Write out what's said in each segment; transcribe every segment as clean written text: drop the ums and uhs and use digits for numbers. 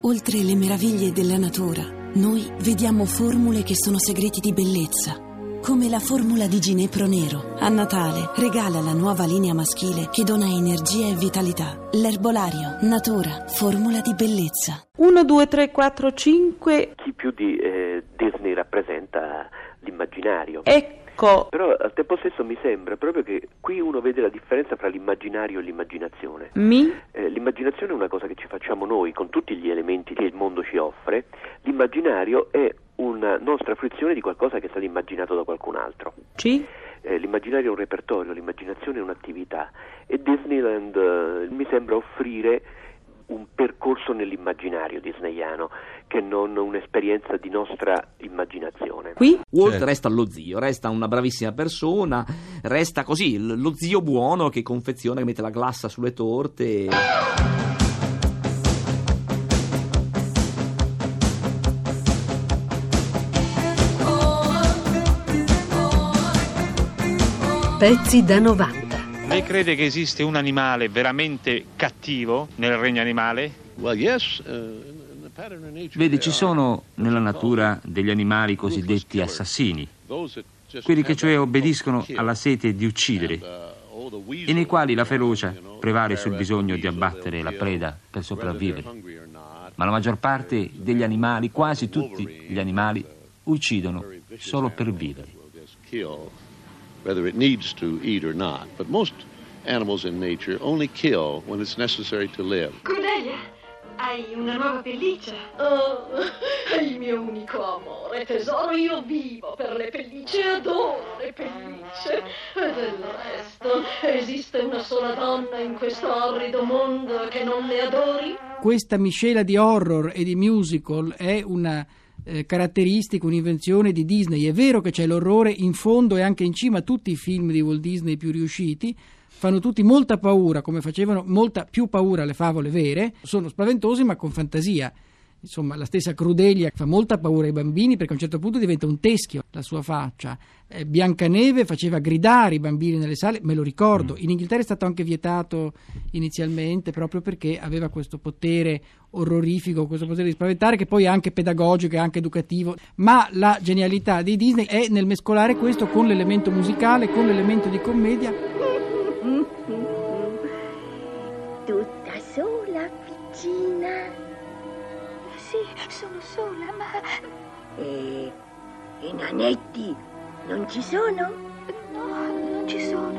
Oltre le meraviglie della natura, noi vediamo formule che sono segreti di bellezza. Come la formula di Ginepro Nero. A Natale regala la nuova linea maschile che dona energia e vitalità. L'erbolario, natura, formula di bellezza. 1, 2, 3, 4, 5. Chi più di Disney rappresenta l'immaginario. Ecco. Però al tempo stesso mi sembra proprio che qui uno vede la differenza fra l'immaginario e l'immaginazione. L'immaginazione è una cosa che ci facciamo noi con tutti gli elementi che il mondo ci offre. L'immaginario è una nostra fruizione di qualcosa che è stato immaginato da qualcun altro. Sì. L'immaginario è un repertorio, l'immaginazione è un'attività e Disneyland mi sembra offrire un percorso nell'immaginario disneyano che non un'esperienza di nostra immaginazione. Qui Walt resta lo zio, resta una bravissima persona, resta così, lo zio buono che confeziona, che mette la glassa sulle torte. Pezzi da 90. Lei crede che esiste un animale veramente cattivo nel regno animale? Vedi, ci sono nella natura degli animali cosiddetti assassini, quelli che cioè obbediscono alla sete di uccidere e nei quali la ferocia prevale sul bisogno di abbattere la preda per sopravvivere. Ma la maggior parte degli animali, quasi tutti gli animali, uccidono solo per vivere. Whether it needs to eat or not, but most animals in nature only kill when it's necessary to live. Cordelia, hai una nuova pelliccia? Oh, è il mio unico amore, tesoro, io vivo per le pellicce, adoro le pellicce. E del resto, esiste una sola donna in questo orrido mondo che non le adori? Questa miscela di horror e di musical è una caratteristica, un'invenzione di Disney. È vero che c'è l'orrore in fondo e anche in cima a tutti i film di Walt Disney più riusciti, fanno tutti molta paura, come facevano molta più paura le favole vere, sono spaventosi ma con fantasia. Insomma, la stessa Crudelia fa molta paura ai bambini perché a un certo punto diventa un teschio la sua faccia. Biancaneve faceva gridare i bambini nelle sale, me lo ricordo. In Inghilterra è stato anche vietato inizialmente proprio perché aveva questo potere orrorifico, questo potere di spaventare che poi è anche pedagogico e anche educativo. Ma la genialità di Disney è nel mescolare questo con l'elemento musicale, con l'elemento di commedia. Tutta sola, piccina? Sì, sono sola, ma... E i nanetti non ci sono? No, non ci sono.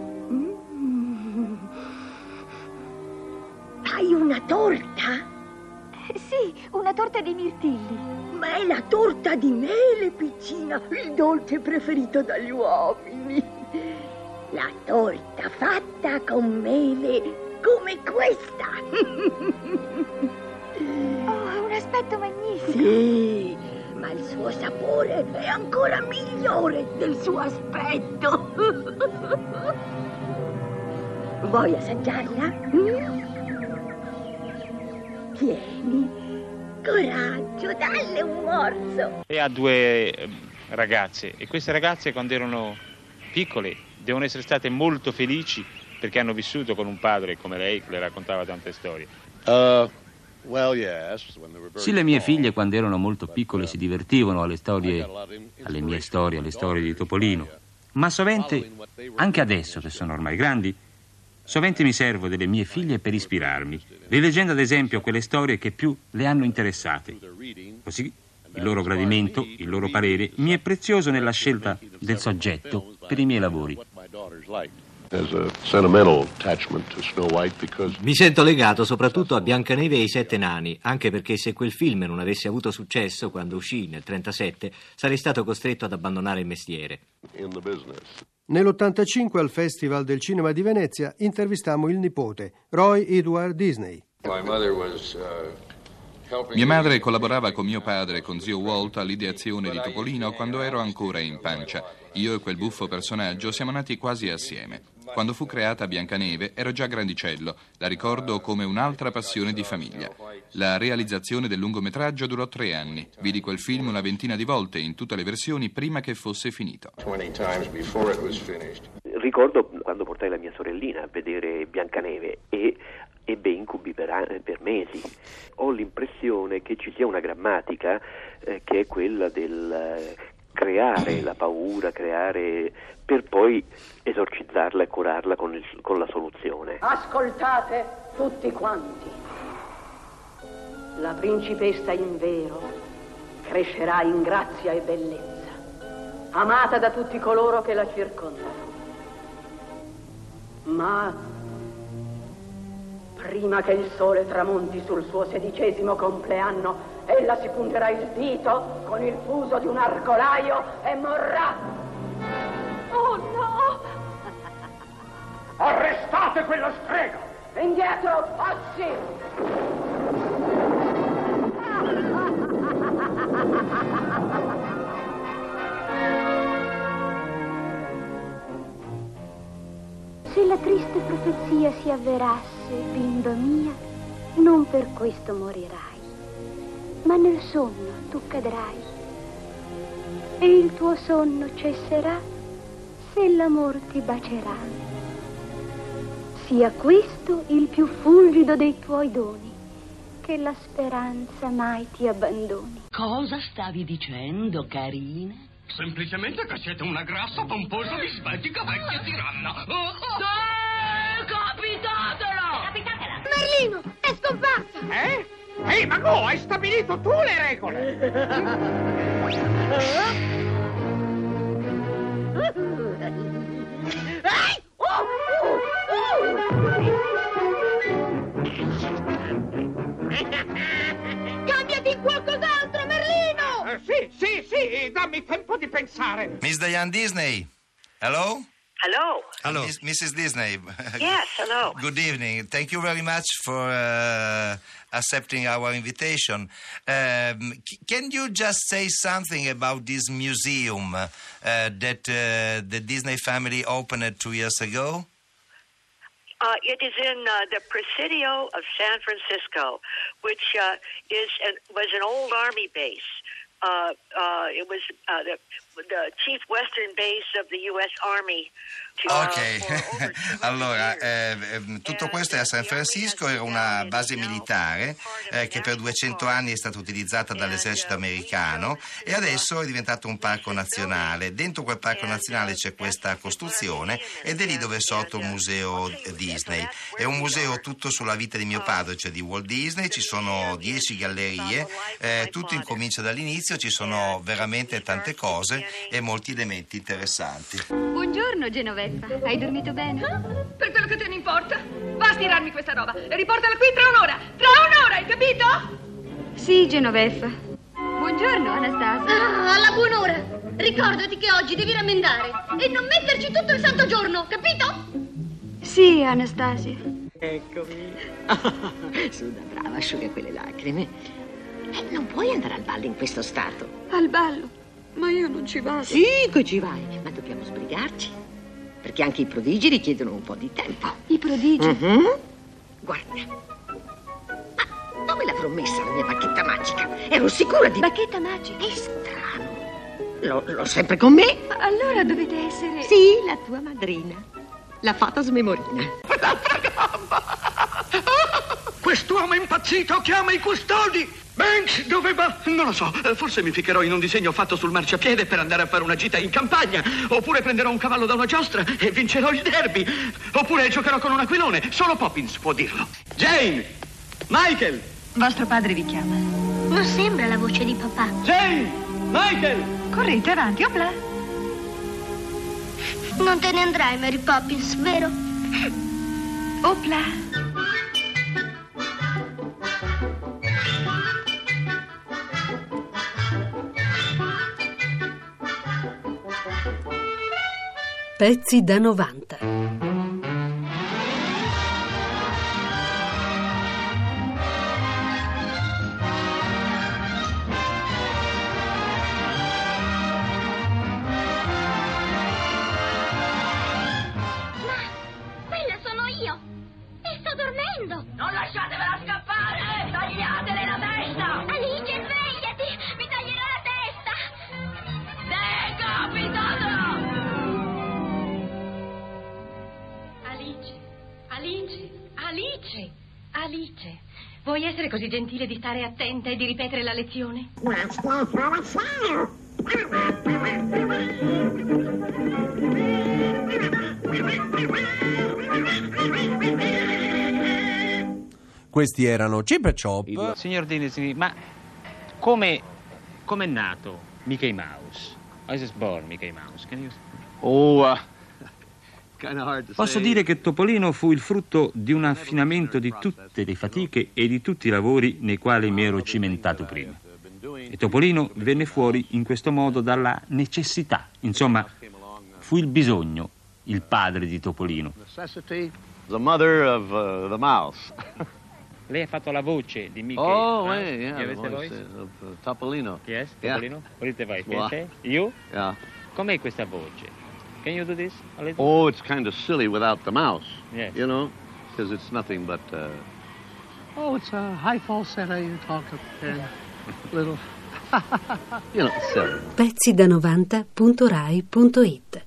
Hai una torta? Sì, una torta di mirtilli. Ma è la torta di mele, piccina, il dolce preferito dagli uomini. La torta fatta con mele come questa. Oh, un aspetto magnifico. Sì, ma il suo sapore è ancora migliore del suo aspetto. Vuoi assaggiarla? Tieni, coraggio, dalle un morso. E ha due ragazze, e queste ragazze quando erano piccole devono essere state molto felici perché hanno vissuto con un padre come lei che le raccontava tante storie. Sì, le mie figlie quando erano molto piccole si divertivano alle mie storie, alle storie di Topolino. Ma sovente, anche adesso che sono ormai grandi, sovente mi servo delle mie figlie per ispirarmi, rileggendo ad esempio quelle storie che più le hanno interessate. Così il loro gradimento, il loro parere, mi è prezioso nella scelta del soggetto per i miei lavori. Mi sento legato soprattutto a Biancaneve e i Sette Nani, anche perché se quel film non avesse avuto successo quando uscì nel 1937, sarei stato costretto ad abbandonare il mestiere. Nell'85 al Festival del Cinema di Venezia intervistammo il nipote, Roy Edward Disney. Mia madre collaborava con mio padre e con zio Walt all'ideazione di Topolino quando ero ancora in pancia. Io e quel buffo personaggio siamo nati quasi assieme. Quando fu creata Biancaneve ero già grandicello, la ricordo come un'altra passione di famiglia. La realizzazione del lungometraggio durò 3 anni. Vidi quel film una ventina di volte in tutte le versioni prima che fosse finito. Ricordo quando portai la mia sorellina a vedere Biancaneve e ebbe incubi per mesi. Ho l'impressione che ci sia una grammatica che è quella del creare la paura, creare per poi esorcizzarla e curarla con la soluzione. Ascoltate tutti quanti. La principessa invero crescerà in grazia e bellezza, amata da tutti coloro che la circondano. Ma prima che il sole tramonti sul suo 16° compleanno, ella si pungerà il dito con il fuso di un arcolaio e morrà. Oh no! Arrestate quella strega! Indietro, pazzi! Se la triste profezia si avverasse, bimba mia, non per questo morirai, ma nel sonno tu cadrai. E il tuo sonno cesserà se l'amor ti bacerà. Sia questo il più fulgido dei tuoi doni, che la speranza mai ti abbandoni. Cosa stavi dicendo, carina? Semplicemente che siete una grassa, pomposa, disbetica vecchia tiranna. Capitatelo! Capitatela! Merlino, è scomparsa! Ehi, ma no, hai stabilito tu le regole! Cambiati in qualcos'altro, Merlino! Sì, dammi tempo di pensare. Miss Diane Disney, hello? Hello. Mrs. Disney. Yes, hello. Good evening. Thank you very much for accepting our invitation. Can you just say something about this museum that the Disney family opened 2 years ago? It is in the Presidio of San Francisco, which was an old army base. It was the chief western base of the U.S. Army. Ok, allora tutto questo è a San Francisco, era una base militare che per 200 anni è stata utilizzata dall'esercito americano e adesso è diventato un parco nazionale. Dentro quel parco nazionale c'è questa costruzione ed è lì dove è sorto il museo Disney. È un museo tutto sulla vita di mio padre, cioè di Walt Disney. Ci sono 10 gallerie, tutto incomincia dall'inizio, ci sono veramente tante cose e molti elementi interessanti. Buongiorno Genoveffa, hai dormito bene? Per quello che te ne importa. Va a stirarmi questa roba e riportala qui tra un'ora, hai capito? Sì, Genoveffa. Buongiorno Anastasia. Alla buon'ora. Ricordati che oggi devi rammendare e non metterci tutto il santo giorno, capito? Sì, Anastasia. Eccomi. Su da brava, asciuga quelle lacrime. Non puoi andare al ballo in questo stato. Al ballo? Ma io non ci vado. Sì, che ci vai, ma dobbiamo sbrigarci. Perché anche i prodigi richiedono un po' di tempo. I prodigi? Guarda. Ma dove l'avrò messa la mia bacchetta magica? Ero sicura di... Bacchetta magica? È strano. L'ho sempre con me. Ma allora dovete essere... Sì, la tua madrina. La fata smemorina. L'altra gamba! Quest'uomo impazzito chiama i custodi! Banks, dove va? Non lo so, forse mi ficcherò in un disegno fatto sul marciapiede per andare a fare una gita in campagna. Oppure prenderò un cavallo da una giostra e vincerò il derby. Oppure giocherò con un aquilone. Solo Poppins può dirlo. Jane! Michael! Vostro padre vi chiama. Non sembra la voce di papà. Jane! Michael! Correte avanti, opla. Non te ne andrai, Mary Poppins, vero? Opla. Pezzi da 90. Quella sono io! E sto dormendo! Non lasciatevela scappare! Tagliatele la testa! Alice, svegliati! Mi taglierò la testa! Decapitatela! Puoi essere così gentile di stare attenta e di ripetere la lezione? Questi erano Chip e Chop. Signor Disney, ma come è nato Mickey Mouse? How is born Mickey Mouse? Can you... Posso dire che Topolino fu il frutto di un affinamento di tutte le fatiche e di tutti i lavori nei quali mi ero cimentato prima. E Topolino venne fuori in questo modo dalla necessità. Insomma, fu il bisogno, il padre di Topolino. The mother of the mouse. Lei ha fatto la voce di Mickey. Oh, yeah, the voice of Topolino. Yes, Yeah. Topolino. What is the voice? Wow. Can you say? You? Yeah. Com'è questa voce? Can you do this a little? Oh, it's kind of silly without the mouse. Yes. You know, because it's nothing but. It's a high falsetto. You talk up there, little. You know, silly. Pezzi da 90.rai.it